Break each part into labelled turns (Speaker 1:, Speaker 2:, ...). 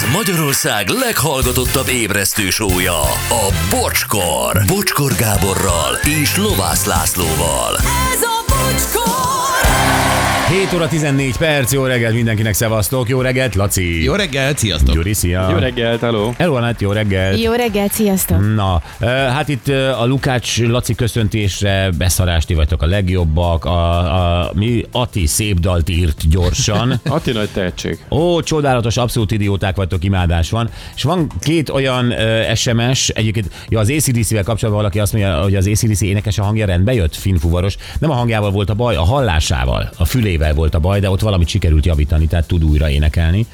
Speaker 1: Ez Magyarország leghallgatottabb ébresztő show-ja, a Bocskor. Bocskor Gáborral és Lovász Lászlóval.
Speaker 2: Ez a Bocskor!
Speaker 3: 7 óra 14 perc, jó reggelt mindenkinek, szevasztok, jó reggelt, Laci.
Speaker 4: Jó reggelt, sziasztok.
Speaker 3: Gyuri, szia.
Speaker 5: Jó reggelt, hello.
Speaker 3: Hello, Anett, jó reggelt.
Speaker 2: Jó reggelt, sziasztok.
Speaker 3: Na, hát itt a Lukács Laci köszöntésre beszarást, ti vagytok a legjobbak, mi Ati szép dalt írt gyorsan.
Speaker 5: Ati nagy tehetség.
Speaker 3: Ó, csodálatos, abszolút idióták vagytok, imádás van. És van két olyan SMS, egyébként, az AC/DC-vel kapcsolatban valaki azt mondja, hogy az AC/DC énekes a hangja rendbe jött, finfuvaros. Nem a hangjával volt a baj, a hallásával, a fülével volt a baj, de ott valamit sikerült javítani, tehát tud újra énekelni.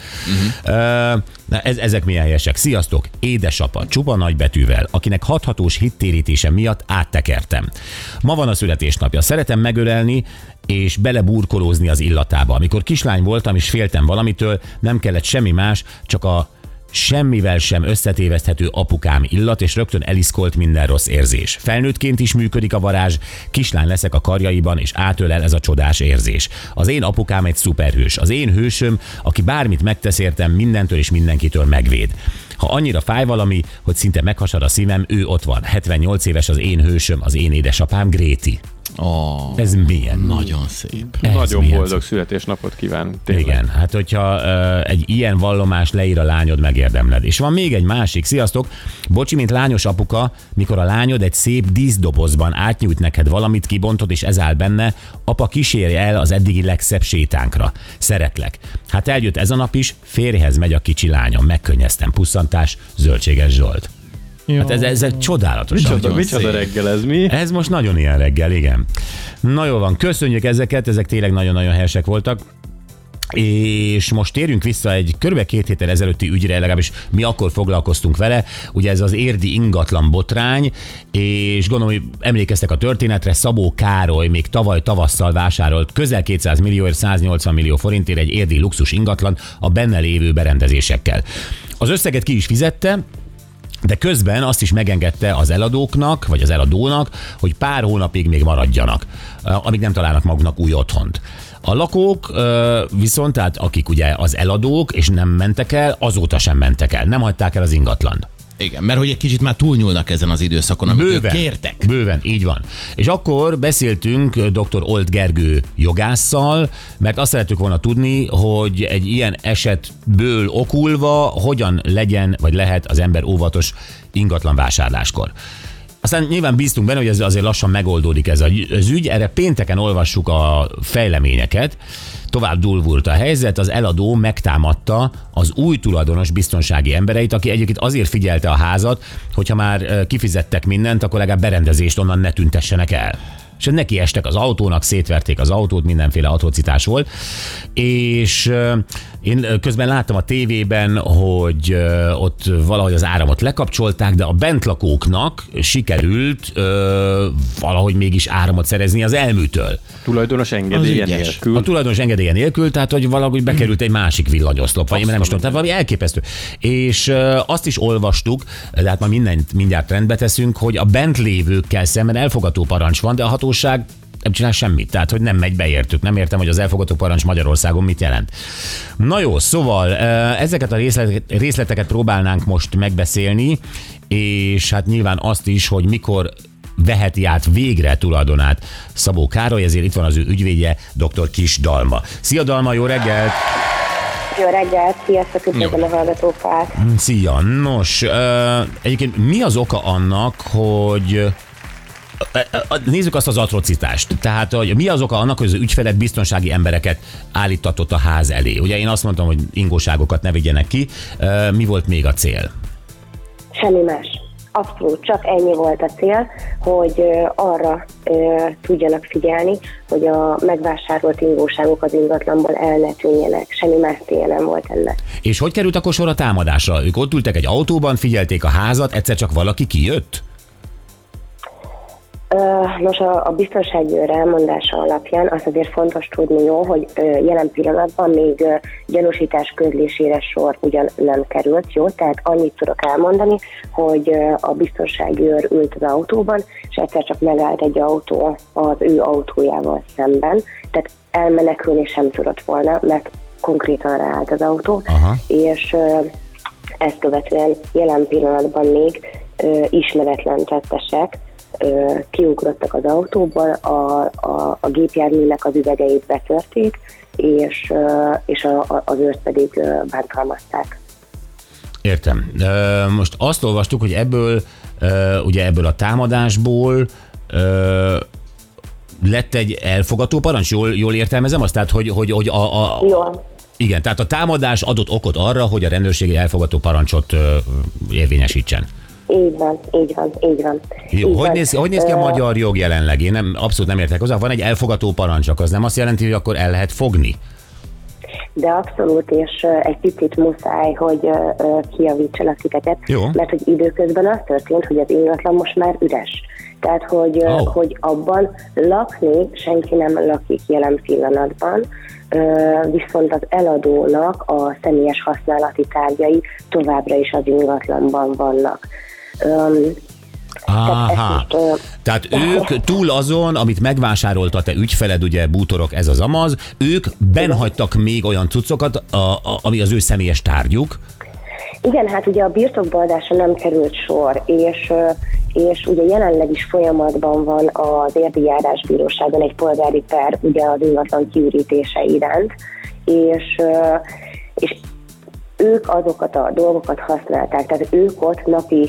Speaker 3: Ezek milyen helyesek. Sziasztok, édesapa, csupa nagybetűvel, akinek hathatós hittérítése miatt áttekertem. Ma van a születésnapja, szeretem megölelni, és beleburkolózni az illatába. Amikor kislány voltam, és féltem valamitől, nem kellett semmi más, csak a semmivel sem összetéveszthető apukám illat, és rögtön eliszkolt minden rossz érzés. Felnőttként is működik a varázs, kislány leszek a karjaiban, és átölel ez a csodás érzés. Az én apukám egy szuperhős. Az én hősöm, aki bármit megtesz értem, mindentől és mindenkitől megvéd. Ha annyira fáj valami, hogy szinte meghasad a szívem, ő ott van. 78 éves az én hősöm, az én édesapám, Gréti. Ez milyen?
Speaker 4: Nagyon szép.
Speaker 5: Nagyon
Speaker 3: milyen
Speaker 5: boldog születésnapot kíván. Tényleg.
Speaker 3: Igen, hát hogyha egy ilyen vallomás leír a lányod, megérdemled. És van még egy másik, sziasztok, bocsi, mint lányos apuka, mikor a lányod egy szép díszdobozban átnyújt neked valamit, kibontod és ez áll benne, apa kísérje el az eddigi legszebb sétánkra. Szeretlek. Hát eljött ez a nap is, férjhez megy a kicsi lányom, megkönnyeztem, pusszantás, Zöldséges Zsolt. Hát ez egy csodálatos.
Speaker 5: Micsoda reggel ez, mi?
Speaker 3: Ez most nagyon ilyen reggel, igen. Na jól van, köszönjük ezeket, ezek tényleg nagyon-nagyon helyesek voltak. És most térjünk vissza egy kb. 2 héttel ezelőtti ügyre, legalábbis mi akkor foglalkoztunk vele, ugye ez az érdi ingatlan botrány, és gondolom, hogy emlékeztek a történetre, Szabó Károly még tavaly tavasszal vásárolt közel 200 millióért, 180 millió forintért egy érdi luxus ingatlan a benne lévő berendezésekkel. Az összeget ki is fizette, de közben azt is megengedte az eladóknak, vagy az eladónak, hogy pár hónapig még maradjanak, amíg nem találnak maguknak új otthont. A lakók viszont, tehát akik ugye az eladók, és nem mentek el, azóta sem mentek el, nem hagyták el az ingatlant.
Speaker 4: Igen, mert hogy egy kicsit már túlnyúlnak ezen az időszakon, amit ők kértek.
Speaker 3: Bőven, így van. És akkor beszéltünk dr. Olt Gergő jogásszal, mert azt szerettük volna tudni, hogy egy ilyen esetből okulva hogyan legyen, vagy lehet az ember óvatos ingatlan vásárláskor. Aztán nyilván bíztunk benne, hogy ez azért lassan megoldódik ez az ügy. Erre pénteken olvassuk a fejleményeket. Tovább durvult a helyzet, az eladó megtámadta az új tulajdonos biztonsági embereit, aki egyébként azért figyelte a házat, hogyha már kifizettek mindent, akkor legalább berendezést onnan ne tüntessenek el. És neki estek az autónak, szétverték az autót, mindenféle atrocitás volt. És én közben láttam a tévében, hogy ott valahogy az áramot lekapcsolták, de a bentlakóknak sikerült valahogy mégis áramot szerezni az elműtől.
Speaker 5: Tulajdonos engedélye nélkül.
Speaker 3: A tulajdonos engedélye nélkül, tehát hogy valahogy bekerült egy másik villanyoszlop, vagy én nem is tudom, tehát valami elképesztő. És azt is olvastuk, de hát ma mindjárt rendbe teszünk, hogy a bent lévőkkel szemben elfogató parancs van, de a hatóság nem csinál semmit, tehát hogy nem megy be értük. Nem értem, hogy az elfogató parancs Magyarországon mit jelent. Na jó, szóval ezeket a részleteket próbálnánk most megbeszélni, és hát nyilván azt is, hogy mikor veheti át végre tulajdonát Szabó Károly, ezért itt van az ő ügyvédje, dr. Kiss Dalma. Szia Dalma, jó reggelt!
Speaker 6: Jó reggelt, sziasztok, üdvözlöm a hallgatókat!
Speaker 3: Szia! Nos, egyébként mi az oka annak, hogy nézzük azt az atrocitást. Tehát, hogy mi az oka annak, hogy az ügyfeled biztonsági embereket állítatott a ház elé? Ugye én azt mondtam, hogy ingóságokat ne vigyenek ki. Mi volt még a cél?
Speaker 6: Semmi más. Abszolút, csak ennyi volt a cél, hogy arra tudjanak figyelni, hogy a megvásárolt ingóságok az ingatlanból el ne tűnjenek. Semmi más célja nem volt ennek.
Speaker 3: És hogy került akkor sor a támadásra? Ők ott ültek egy autóban, figyelték a házat, egyszer csak valaki kijött?
Speaker 6: Nos, a biztonsági őr elmondása alapján azt azért fontos tudni, jó, hogy jelen pillanatban még gyanúsítás közlésére sor ugyan nem került, jó, tehát annyit tudok elmondani, hogy a biztonsági őr ült az autóban, és egyszer csak megállt egy autó az ő autójával szemben, tehát elmenekülni sem tudott volna, mert konkrétan ráállt az autó, és ezt követően jelen pillanatban még ismeretlen tettesek kiugrottak az autóból, a gépjárműnek az üvegeit betörték, és az őrt pedig bántalmazták.
Speaker 3: Értem. Most azt olvastuk, hogy ebből a támadásból lett egy elfogató parancs, jól értelmezem azt? Tehát, hogy
Speaker 6: Jól.
Speaker 3: Igen, tehát a támadás adott okot arra, hogy a rendőrség egy elfogató parancsot érvényesítsen.
Speaker 6: Így van.
Speaker 3: Jó, hogy néz ki a magyar jog jelenleg? Én abszolút nem értek hozzá. Van egy elfogató parancs, az nem azt jelenti, hogy akkor el lehet fogni?
Speaker 6: De abszolút, és egy picit muszáj, hogy kijavítsanak titeket, mert hogy időközben az történt, hogy az ingatlan most már üres. Tehát, hogy abban lakni senki nem lakik jelen pillanatban, viszont az eladónak a személyes használati tárgyai továbbra is az ingatlanban vannak.
Speaker 3: Tehát ők túl azon, amit megvásárolt a te ügyfeled, ugye bútorok, ez az amaz, ők benhagytak még olyan cuccokat, ami az ő személyes tárgyuk.
Speaker 6: Igen, hát ugye a birtokbeadásra nem került sor, és ugye jelenleg is folyamatban van az Érdijárásbíróságon egy polgári per, ugye az ingatlan kiürítése iránt, és ők azokat a dolgokat használták, tehát ők ott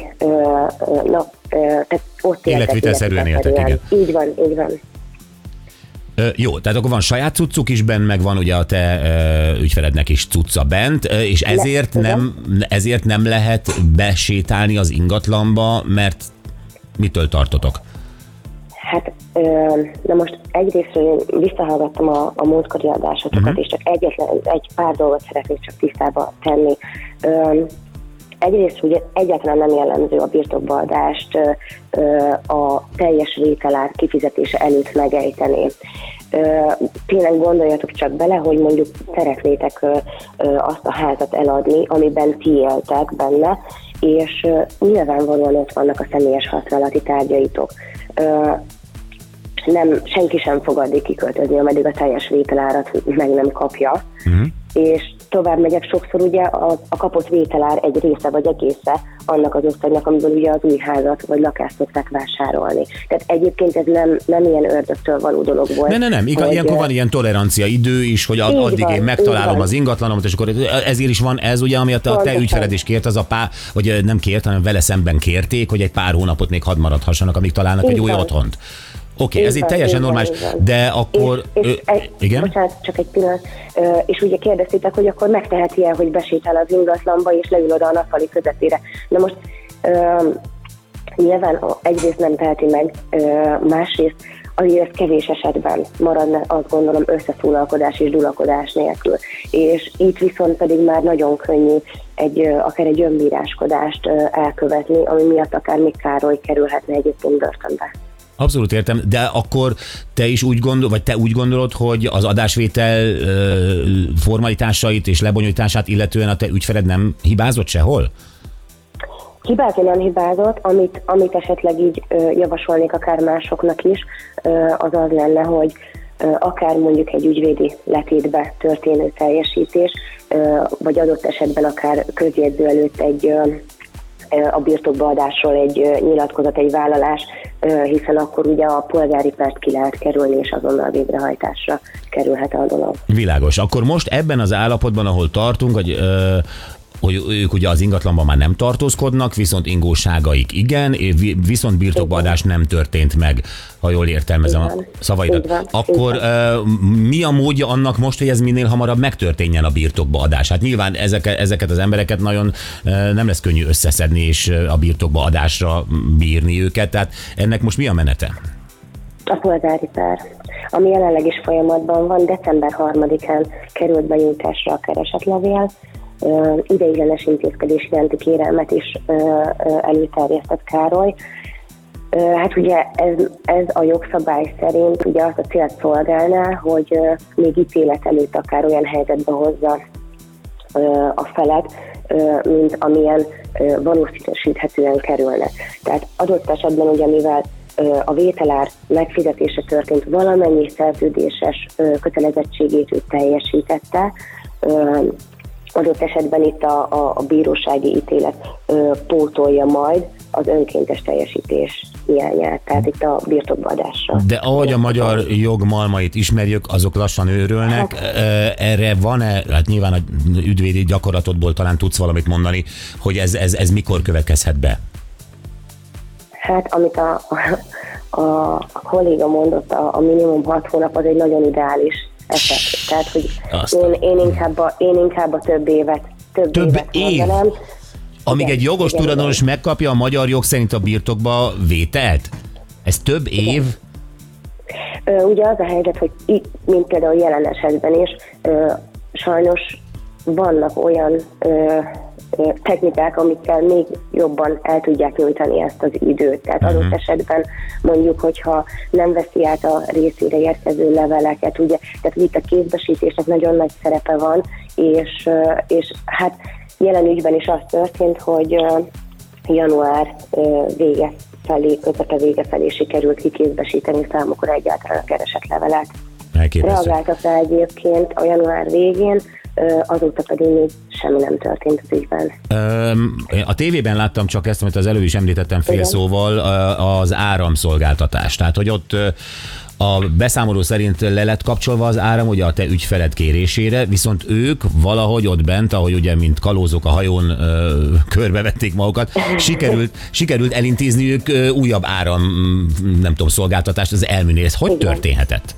Speaker 6: tehát ott
Speaker 3: életvitelszerűen éltek, igen.
Speaker 6: Így van.
Speaker 3: Jó, tehát akkor van saját cuccuk is bent, meg van ugye a te ügyfelednek is cucca bent, és ezért nem lehet besétálni az ingatlanba, mert mitől tartotok? Hát,
Speaker 6: na most egyrészt visszahallgattam a múltkori adásotokat, és csak egy pár dolgot szeretnék csak tisztába tenni. Egyrészt ugye egyáltalán nem jellemző a birtokbeadást a teljes vételár kifizetése előtt megejteni. Tényleg gondoljatok csak bele, hogy mondjuk szeretnétek azt a házat eladni, amiben ti éltek benne, és nyilvánvalóan ott vannak a személyes használati tárgyaitok. Senki sem fog addig kiköltözni, ameddig a teljes vételárat meg nem kapja. És tovább megyek, sokszor ugye a kapott vételár egy része vagy egésze annak az összegnek, amiből ugye az új házat vagy lakást szokták vásárolni. Tehát egyébként ez nem ilyen ördögtől való dolog volt.
Speaker 3: Nem. Ilyenkor van ilyen tolerancia idő is, hogy addig én megtalálom az ingatlanomat, és akkor ezért is van ez, ugye, ami a te ügyfeled is kért, az a pár, vagy nem kért, hanem vele szemben kérték, hogy egy pár hónapot még hadd maradhassanak, amíg találnak egy új otthont. Oké, ez itt teljesen normális, de akkor... igen?
Speaker 6: Bocsánat, csak egy pillanat. És ugye kérdeztétek, hogy akkor megteheti-e, hogy besétál az ingatlanba, és leül oda a nappali közepére. Na most nyilván egyrészt nem teheti meg, másrészt azért kevés esetben maradna, azt gondolom, összefúlalkodás és dulakodás nélkül. És itt viszont pedig már nagyon könnyű akár egy önbíráskodást elkövetni, ami miatt akár még Károly kerülhetne egyébként börtönbe.
Speaker 3: Abszolút értem, de akkor te is úgy gondolod, hogy az adásvétel formalitásait és lebonyolítását illetően a te ügyfeled nem hibázott sehol?
Speaker 6: Hibázni nem hibázott, amit esetleg így javasolnék akár másoknak is, az az lenne, hogy akár mondjuk egy ügyvédi letétbe történő teljesítés, vagy adott esetben akár közjegyző előtt a birtokbeadásról egy nyilatkozat, egy vállalás, hiszen akkor ugye a polgári pert ki lehet kerülni, és azonnal végrehajtásra kerülhet a dolog.
Speaker 3: Világos. Akkor most ebben az állapotban, ahol tartunk, hogy ők ugye az ingatlanban már nem tartózkodnak, viszont ingóságaik igen, viszont birtokbeadás nem történt meg, ha jól értelmezem a szavaidat. Akkor mi a módja annak most, hogy ez minél hamarabb megtörténjen a birtokbeadás? Hát nyilván ezeket az embereket nagyon nem lesz könnyű összeszedni és a birtokbeadásra bírni őket, tehát ennek most mi a menete?
Speaker 6: A polgári per, ami jelenleg is folyamatban van, december 3-án került benyújtásra a keresetlevél, ideiglenes intézkedés iránti kérelmet is előterjesztett Károly. Hát ugye ez a jogszabály szerint ugye azt a célt szolgálná, hogy még ítélet előtt akár olyan helyzetbe hozza a felet, mint amilyen valószínűsíthetően kerülne. Tehát adott esetben ugye, mivel a vételár megfizetése történt, valamennyi szerződéses kötelezettségét ő teljesítette, adott esetben itt a bírósági ítélet pótolja majd az önkéntes teljesítés hiányát, tehát itt a birtokbaadásra.
Speaker 3: De ahogy a magyar jog malmait ismerjük, azok lassan őrölnek. Erre van-e, hát nyilván a ügyvédi gyakorlatodból talán tudsz valamit mondani, hogy ez mikor következhet be?
Speaker 6: Hát amit a kolléga mondott, a minimum 6 hónap az egy nagyon ideális eset. Tehát, hogy én inkább a több évet mondanám.
Speaker 3: Amíg egy jogos tulajdonos megkapja a magyar jog szerint a birtokba vételt? Ez több év?
Speaker 6: Ugye az a helyzet, hogy itt, mint például jelen esetben is, sajnos vannak olyan technikák, amikkel még jobban el tudják nyújtani ezt az időt. Tehát adott esetben mondjuk, hogyha nem veszi át a részére érkező leveleket, ugye, tehát itt a kézbesítésnek nagyon nagy szerepe van, és hát jelen ügyben is az történt, hogy január közepe vége felé sikerült kikézbesíteni számukra egyáltalán a keresett levelet. Reagáltak rá egyébként a január végén, azóta pedig még semmi nem történt az ügyben.
Speaker 3: A tévében láttam csak ezt, amit az előbb is említettem félszóval, az áramszolgáltatás. Tehát, hogy ott a beszámoló szerint le lett kapcsolva az áram ugye a te ügyfeled kérésére, viszont ők valahogy ott bent, ahogy ugye mint kalózok a hajón körbevették magukat, sikerült elintézniük újabb áram, nem tudom, szolgáltatást az elműnél. Ez hogy történhetett?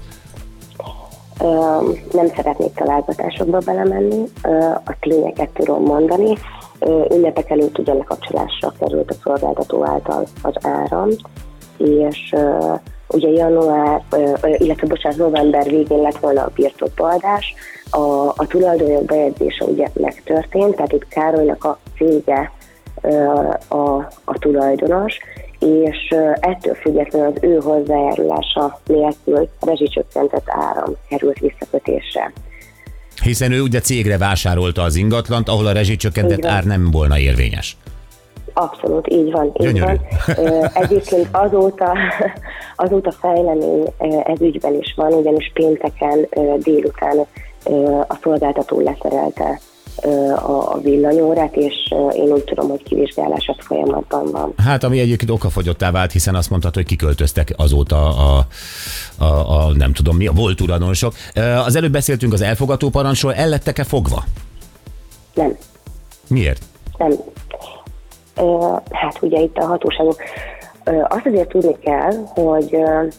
Speaker 6: Nem szeretnék találgatásokba belemenni, a tényeket tudom mondani. Ünnepek előtt ugye lekapcsolásra került a szolgáltató által az áram, és ugye november végén lett volna a birtokbaadás, a tulajdonjog bejegyzése ugye megtörtént, tehát itt Károlynak a cége a tulajdonos, és ettől függetlenül az ő hozzájárulása nélkül rezsicsökkentett áram került visszakötésre.
Speaker 3: Hiszen ő ugye cégre vásárolta az ingatlant, ahol a rezsicsökkentett ár nem volna érvényes.
Speaker 6: Abszolút, így van.
Speaker 3: Gyönyörű.
Speaker 6: Egyébként azóta fejlemény ez ügyben is van, ugyanis pénteken délután a szolgáltató leszerelte a villanyórát, és én úgy tudom, hogy kivizsgálás folyamatban van.
Speaker 3: Hát ami egyébként okafogyottá vált, hiszen azt mondtad, hogy kiköltöztek azóta a nem tudom mi, a volt tulajdonosok. Az előbb beszéltünk az elfogató parancsról, el lettek-e fogva?
Speaker 6: Nem.
Speaker 3: Miért?
Speaker 6: Nem. Hát ugye itt a hatóságok, azt azért tudni kell, hogy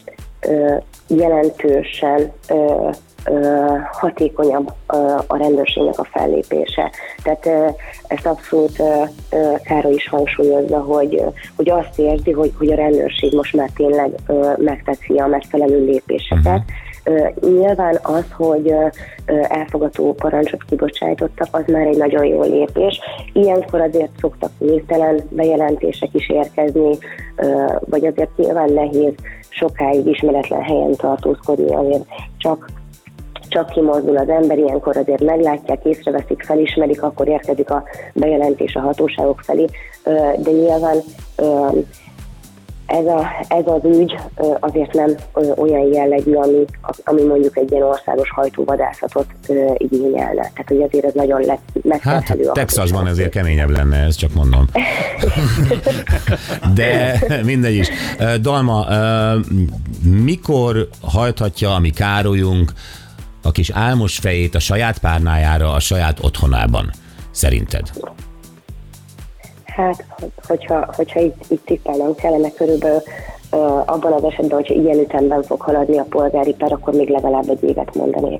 Speaker 6: jelentősen hatékonyabb a rendőrségnek a fellépése. Tehát ezt abszolút Károly is hangsúlyozza, hogy azt érzi, hogy a rendőrség most már tényleg megteszi a megfelelő lépéseket. Nyilván az, hogy elfogató parancsot kibocsátottak, az már egy nagyon jó lépés. Ilyenkor azért szoktak névtelen bejelentések is érkezni, vagy azért nyilván nehéz sokáig ismeretlen helyen tartózkodni, azért csak kimozdul az ember, ilyenkor azért meglátják, észreveszik, felismerik, akkor érkezik a bejelentés a hatóságok felé, de nyilván ez az ügy azért nem olyan jellegű, ami mondjuk egy ilyen országos hajtóvadászatot igényelne. Tehát, hogy azért ez nagyon megfelelő.
Speaker 3: Hát Texasban ezért keményebb lenne, ezt csak mondom. De mindegy is. Dalma, mikor hajthatja a mi Károlyunk a kis álmos fejét a saját párnájára, a saját otthonában, szerinted?
Speaker 6: Hát, hogyha itt tippelnem kellene körülbelül abban az esetben, hogyha ilyen ütemben fog haladni a polgári per, akkor még legalább egy évet mondanék.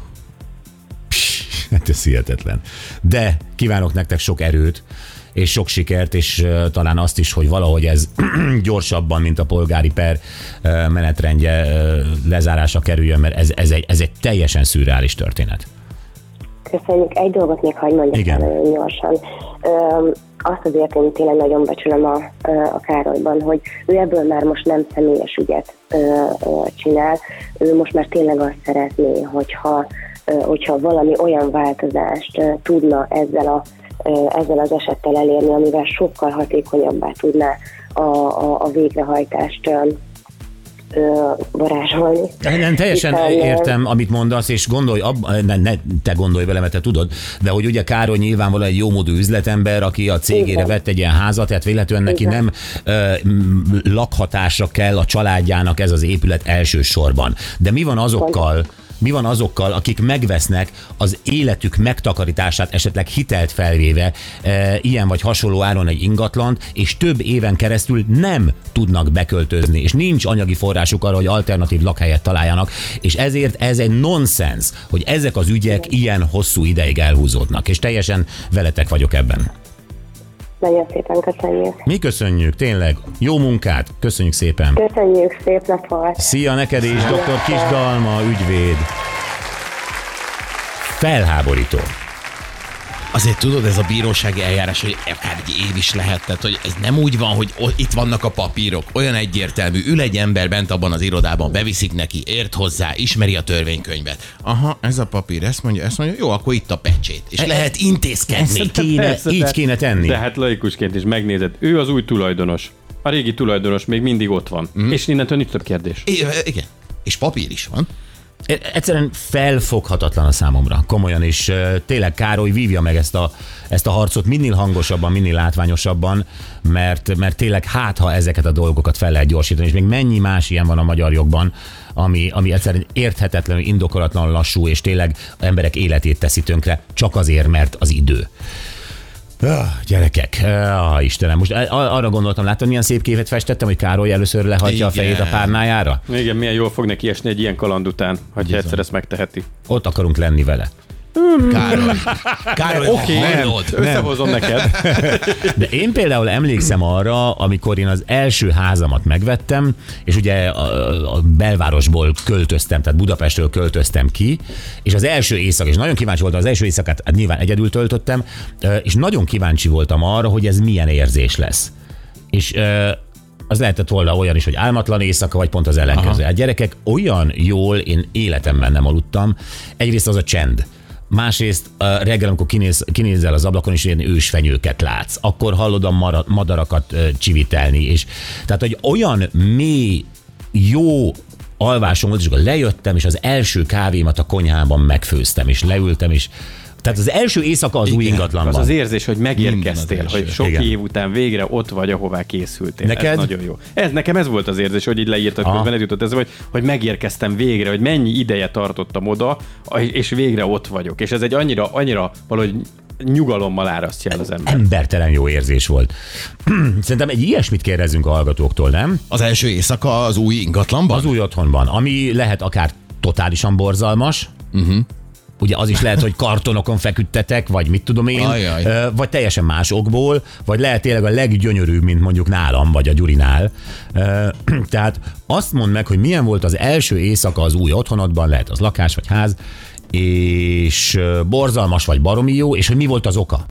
Speaker 3: Hát ez hihetetlen. De kívánok nektek sok erőt, és sok sikert, és talán azt is, hogy valahogy ez gyorsabban, mint a polgári per menetrendje lezárása kerüljön, mert ez egy teljesen szürreális történet.
Speaker 6: Köszönjük. Egy dolgot még hadd mondjak el nagyon gyorsan. Azt azért én tényleg nagyon becsülöm a Károlyban, hogy ő ebből már most nem személyes ügyet csinál, ő most már tényleg azt szeretné, hogyha valami olyan változást tudna ezzel az esettel elérni, amivel sokkal hatékonyabbá tudná a végrehajtást varázsolni.
Speaker 3: Nem, teljesen értem, amit mondasz, és gondolj, ne te gondolj vele, mert te tudod, de hogy ugye Károly nyilvánvalóan egy jómódú üzletember, aki a cégére
Speaker 6: Igen.
Speaker 3: vett egy ilyen házat, tehát véletlenül neki
Speaker 6: Igen.
Speaker 3: nem lakhatásra kell a családjának ez az épület elsősorban. De mi van azokkal, akik megvesznek az életük megtakarítását, esetleg hitelt felvéve ilyen vagy hasonló áron egy ingatlant, és több éven keresztül nem tudnak beköltözni, és nincs anyagi forrásuk arra, hogy alternatív lakhelyet találjanak, és ezért ez egy nonsens, hogy ezek az ügyek ilyen hosszú ideig elhúzódnak, és teljesen veletek vagyok ebben.
Speaker 6: Nagyon szépen köszönjük.
Speaker 3: Mi köszönjük, tényleg. Jó munkát, köszönjük szépen.
Speaker 6: Köszönjük, szép nap volt.
Speaker 3: Szia neked is, dr. Kisdalma, ügyvéd. Felháborító.
Speaker 4: Azért tudod, ez a bírósági eljárás, hogy akár egy év is lehet, tehát hogy ez nem úgy van, hogy itt vannak a papírok, olyan egyértelmű, ül egy ember bent abban az irodában, beviszik neki, ért hozzá, ismeri a törvénykönyvet. Aha, ez a papír, ezt mondja, jó, akkor itt a pecsét. És lehet intézkedni.
Speaker 3: Így kéne tenni.
Speaker 5: De hát laikusként is megnézed, ő az új tulajdonos. A régi tulajdonos még mindig ott van. És innentől nincs több kérdés.
Speaker 4: Igen. És papír is van.
Speaker 3: Egyszerűen felfoghatatlan a számomra, komolyan, és tényleg Károly vívja meg ezt a harcot minél hangosabban, minél látványosabban, mert tényleg ha ezeket a dolgokat fel lehet gyorsítani, és még mennyi más ilyen van a magyar jogban, ami egyszerűen érthetetlenül, indokolatlan lassú, és tényleg emberek életét teszi tönkre, csak azért, mert az idő. Gyerekek, Istenem, most arra gondoltam, látod, milyen szép képet festettem, hogy Károly először lehagyja a fejét a párnájára?
Speaker 5: Igen, milyen jól fog neki esni egy ilyen kaland után, hogyha egyszer ezt megteheti.
Speaker 3: Ott akarunk lenni vele.
Speaker 4: Károly,
Speaker 5: Oké, összehozom neked.
Speaker 3: De én például emlékszem arra, amikor én az első házamat megvettem, és ugye a belvárosból költöztem, tehát Budapestről költöztem ki, és az első éjszaka, és nagyon kíváncsi voltam, az első éjszakát hát nyilván egyedül töltöttem, és nagyon kíváncsi voltam arra, hogy ez milyen érzés lesz. És az lehetett volna olyan is, hogy álmatlan éjszaka, vagy pont az ellenkező. Hát gyerekek, olyan jól én életemben nem aludtam. Egyrészt az a csend. Másrészt reggel, amikor kinézel az ablakon, és ilyen ősfenyőket látsz, akkor hallod a madarakat csivitelni, és tehát, hogy olyan mély, jó alvásom volt, és akkor lejöttem, és az első kávémat a konyhában megfőztem, és leültem, és tehát az első éjszaka az új ingatlanban.
Speaker 5: Az érzés, hogy megérkeztél,
Speaker 4: Minden az
Speaker 5: hogy sok év után végre ott vagy, ahová készültél.
Speaker 3: Neked?
Speaker 5: Ez nagyon jó. Nekem ez volt az érzés, hogy így leírtad közben, ez jutott ez, hogy megérkeztem végre, hogy mennyi ideje tartottam oda, és végre ott vagyok. És ez egy annyira valahogy nyugalommal árasztja el az ember.
Speaker 3: Embertelen jó érzés volt. Szerintem egy ilyesmit kérdezzünk a hallgatóktól, nem?
Speaker 4: Az első éjszaka az új ingatlanban?
Speaker 3: Az új otthonban, ami lehet akár totálisan borzalmas, ugye az is lehet, hogy kartonokon feküdtetek, vagy mit tudom én, vagy teljesen más okból, vagy lehet tényleg a leggyönyörűbb, mint mondjuk nálam, vagy a Gyurinál. Tehát azt mondd meg, hogy milyen volt az első éjszaka az új otthonodban, lehet az lakás vagy ház, és borzalmas vagy baromi jó, és hogy mi volt az oka.